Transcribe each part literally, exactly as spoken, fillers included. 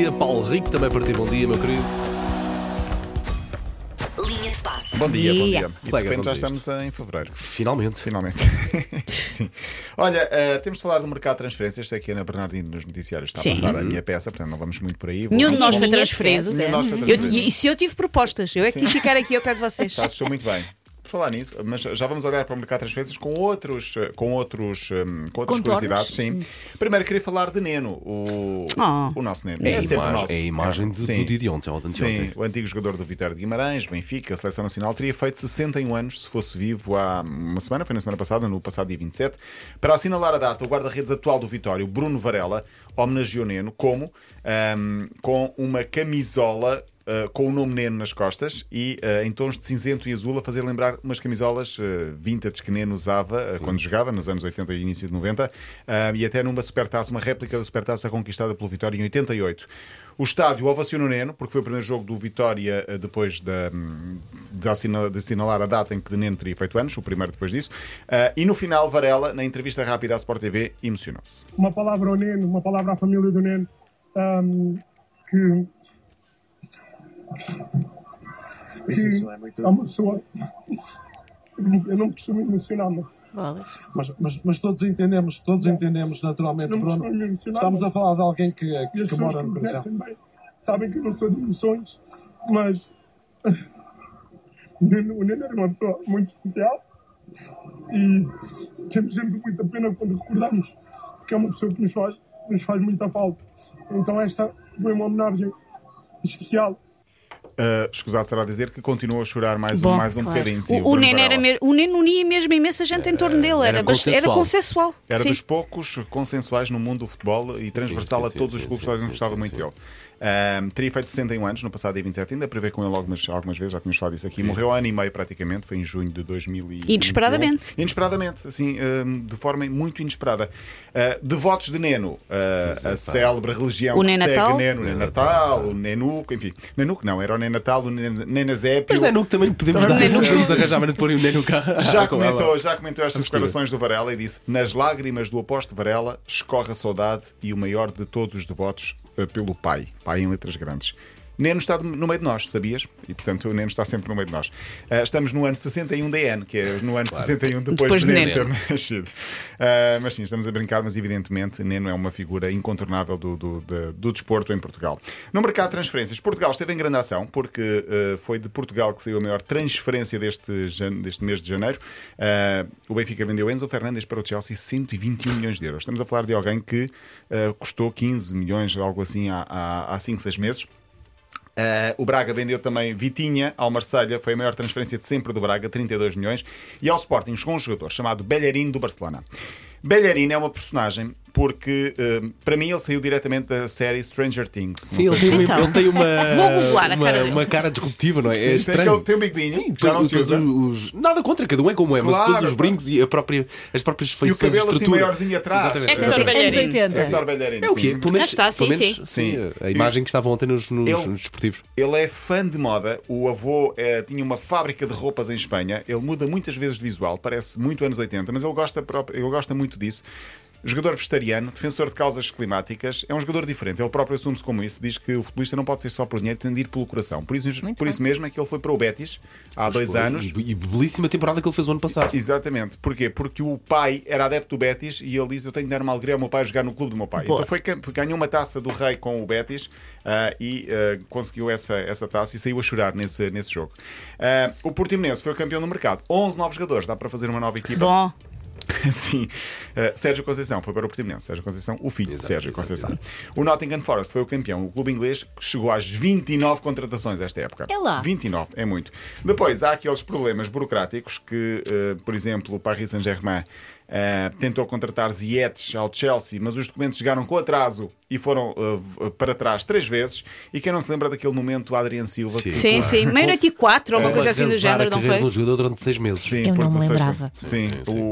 dia. Paulo Rico também para ti, bom dia, meu querido. Linha de passe. Bom dia, bom dia. E de Colega, repente já vamos a estamos em fevereiro. Finalmente. Finalmente. Sim. Olha, uh, temos de falar do mercado de transferências. Sei que a Ana Bernardino nos noticiários está Sim. a passar a minha peça, portanto não vamos muito por aí. Vou- Nenhum de nós A foi minha transferido. peça. Nenhum de nós foi Eu- transferido. e se eu tive propostas, eu é que quis ficar aqui ao pé de vocês. Está a assistir muito bem. Por falar nisso, mas já vamos olhar para o mercado de transferências com outros, com outros, um, com outras Contornos. curiosidades. Sim. Primeiro queria falar de Neno, o, Oh. o nosso Neno. É, a sempre imagem, nosso. é a imagem de, Sim. do dia de ontem, ou de Sim, anteontem. o antigo jogador do Vitória de Guimarães, Benfica, Seleção Nacional, teria feito sessenta e um anos se fosse vivo há uma semana, foi na semana passada, no passado dia vinte e sete. Para assinalar a data, o guarda-redes atual do Vitória, o Bruno Varela, homenageou Neno como? Um, com uma camisola uh, com o nome Neno nas costas e uh, em tons de cinzento e azul a fazer lembrar umas camisolas uh, vintage que Neno usava uh, quando jogava, nos anos oitenta e início de noventa, uh, e até numa supertaça, uma réplica da supertaça conquistada pelo Vitória em oitenta e oito. O estádio ovacionou Neno, porque foi o primeiro jogo do Vitória uh, depois da, de, assina, de assinalar a data em que Neno teria feito anos, o primeiro depois disso, uh, e no final Varela, na entrevista rápida à Sport T V, emocionou-se. Uma palavra ao Neno, uma palavra à família do Neno, ahm, que, que Isso é muito- é uma pessoa. Eu não me costumo emocionar, mas Bolas. Mas, mas, mas todos entendemos, todos entendemos naturalmente, não me Bruno. costumo emocionar. Estamos a mas- falar de alguém que, E as que pessoas mora que no me coração. conhecem bem sabem que eu não sou de emoções, mas o Neno, o Neno era uma pessoa muito especial e temos sempre muita pena quando recordamos que é uma pessoa que nos faz, nos faz muita falta. Então esta foi uma homenagem especial. Uh, escusado será dizer que continuou a chorar mais Bom, um, mais um claro. bocadinho. Sim, O, o, Bruno Neno era Varela. me- o Neno unia mesmo imensa gente em torno dele. era Era, bast- era consensual. consensual. Era Sim. dos poucos consensuais no mundo do futebol e transversal sim, a sim, todos sim, os clubes sim, que sim, gostava sim, muito sim. dele. Um, teria feito sessenta e um anos no passado dia vinte e sete, ainda prevê com ele algumas, algumas vezes, já tínhamos falado disso aqui. Morreu há ano e meio praticamente, foi em junho de dois mil e vinte e um. Inesperadamente. Inesperadamente, assim, um, de forma muito inesperada. Uh, devotos de Neno, uh, dizer, a pá. célebre religião O que Nenatal? segue Neno, o Nenatal, Nenatal, pá. o Nenuco, enfim. Nenuco não, era o Nenatal, o Nen- Nenazépio. Mas Nenuco também podemos Também dar. Nenuco. Podemos arranjar maneira de pôr o Nenuco cá. Já Com ela. comentou, já comentou estas Vamos ter. declarações do Varela e disse: nas lágrimas do apóstolo Varela escorre a saudade e o maior de todos os devotos eh, pelo Pai. Pai em letras grandes. Neno está no meio de nós, sabias? E portanto o Neno está sempre no meio de nós. Uh, estamos no ano sessenta e um D N, que é no ano sessenta e um depois, Depois de de Neno ter Neno. nascido. Uh, mas sim, estamos a brincar, mas evidentemente Neno é uma figura incontornável do, do, do, do desporto em Portugal. No mercado de transferências, Portugal esteve em grande ação, porque uh, foi de Portugal que saiu a maior transferência deste, jan- deste mês de janeiro. Uh, o Benfica vendeu Enzo Fernandes para o Chelsea cento e vinte e um milhões de euros. Estamos a falar de alguém que uh, custou quinze milhões, algo assim, há, há, há cinco, seis meses. Uh, o Braga vendeu também Vitinha ao Marselha, foi a maior transferência de sempre do Braga, trinta e dois milhões, e ao Sporting chegou um jogador chamado Bellerin do Barcelona. Bellerin é uma personagem porque, uh, para mim, ele saiu diretamente da série Stranger Things. Sim, Não ele sei tem, uma, Então. ele tem uma, Vou googlar a uma, cara dele. uma cara disruptiva, não é? Sim, É tem estranho. aquele- tem um bigodinho, Sim, já não depois, se depois usa. os, nada contra, cada um é como é, mas Claro, depois os claro. brincos e a própria, as próprias E o feições, a cabelo assim estrutura. maiorzinho atrás. Exatamente. Hector Exatamente. Bellerin. Anos oitenta. Hector Bellerin, É o quê? sim. Pelo menos, Ah, está, sim, pelo menos sim. sim, Sim. a imagem que estava ontem nos, nos, Ele- nos desportivos. Ele é fã de moda. O avô eh, tinha uma fábrica de roupas em Espanha. Ele muda muitas vezes de visual, parece muito anos oitenta, mas ele gosta, próprio- ele gosta muito disso. Jogador vegetariano, defensor de causas climáticas, é um jogador diferente. Ele próprio assume-se como isso, diz que o futebolista não pode ser só por dinheiro, tem de ir pelo coração. Por isso, Muito por bem. isso mesmo é que ele foi para o Betis há dois Foi. anos. E, e belíssima temporada que ele fez o ano passado. Exatamente. Porquê? Porque o pai era adepto do Betis e ele diz: eu tenho de dar uma alegria ao meu pai a jogar no clube do meu pai. Boa. Então foi, cam- foi- ganhou uma taça do rei com o Betis ah, e ah, conseguiu essa, essa taça e saiu a chorar nesse, nesse jogo. Ah, o Portimonense foi o campeão no mercado. onze novos jogadores. Dá para fazer uma nova equipa. Bom, Sim. Uh, Sérgio Conceição foi para o Portimonense. Sérgio Conceição, o filho Exato, de Sérgio exato, Conceição. exato. O Nottingham Forest foi o campeão. O clube inglês que chegou às vinte e nove contratações esta época. É lá. vinte e nove, é muito. Depois há aqueles problemas burocráticos que, uh, por exemplo, o Paris Saint-Germain uh, tentou contratar Ziyech ao Chelsea, mas os documentos chegaram com atraso e foram uh, para trás três vezes. E quem não se lembra daquele momento, o Adriano Silva, Sim. que sim, sim. Meio-noite e quatro ou uma coisa assim do Arrasar género, a não carreira foi? de um jogador durante seis meses. Sim, Eu não porque, me ou seja, lembrava. Sim, Sim, sim, sim. O,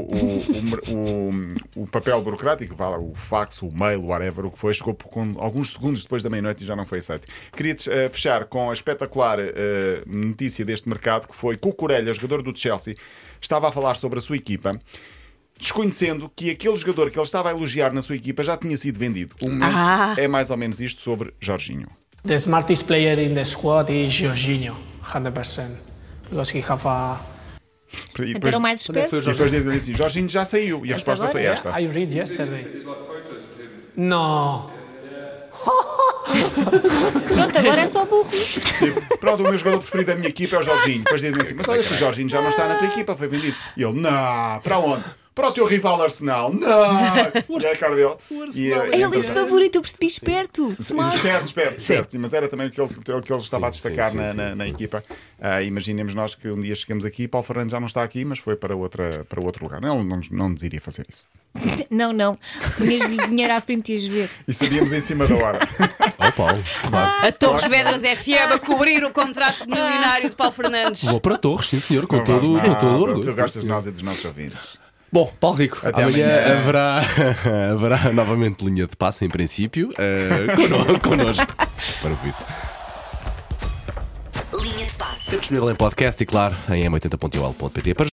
o, o, o, o papel burocrático, vá lá, o fax, o mail, whatever, o que foi, chegou por- com alguns segundos depois da meia-noite e já não foi aceito. Queria eh, fechar com a espetacular eh, notícia deste mercado, que foi Cucurella, jogador do Chelsea, estava a falar sobre a sua equipa. desconhecendo que aquele jogador que ele estava a elogiar na sua equipa já tinha sido vendido. O momento Ah. é mais ou menos isto sobre Jorginho. The smartest player in the squad is Jorginho, one hundred percent. Because he have a... E Então era o mais Onde é que foi o esperto. e depois dizem assim: Jorginho já saiu. E a Até resposta agora? foi esta. I read yesterday. No. Pronto, agora é só burros. Tipo, pronto, o meu jogador preferido da minha equipa é o Jorginho. Depois dizem assim: mas olha que o Jorginho já não está na tua equipa, foi vendido. E ele: não, para onde? Para o teu rival Arsenal. Não! E é a cara dele. O E, Arsenal. eh, Ele então, disse favorito, eu percebi esperto. Smart. Esperto, esperto, esperto. Sim, mas era também o que ele, o que ele estava Sim, a destacar sim, na, sim, na, sim, na sim. equipa. Ah, imaginemos nós que um dia chegamos aqui, Paulo Fernandes já não está aqui, mas foi para, outra, para outro lugar. Ele não, não nos iria fazer isso. Não, não. Punhas-lhe dinheiro à frente e ias ver. E sabíamos em cima da hora. Oh, Paulo, claro. A Torres Vedras F M a cobrir o contrato milionário de Paulo Fernandes. Vou para Torres, sim senhor, com Não, todo, não, com todo o não, orgulho. Tu sim, gostas de senhor. nós e dos nossos ouvintes. Bom, Paulo Rico, Até amanhã, amanhã. Haverá, haverá novamente linha de passe, em princípio, uh, conno- connosco. Para isso. Linha de passe. Sempre disponível em podcast e, claro, em m oitenta ponto i o l ponto p t.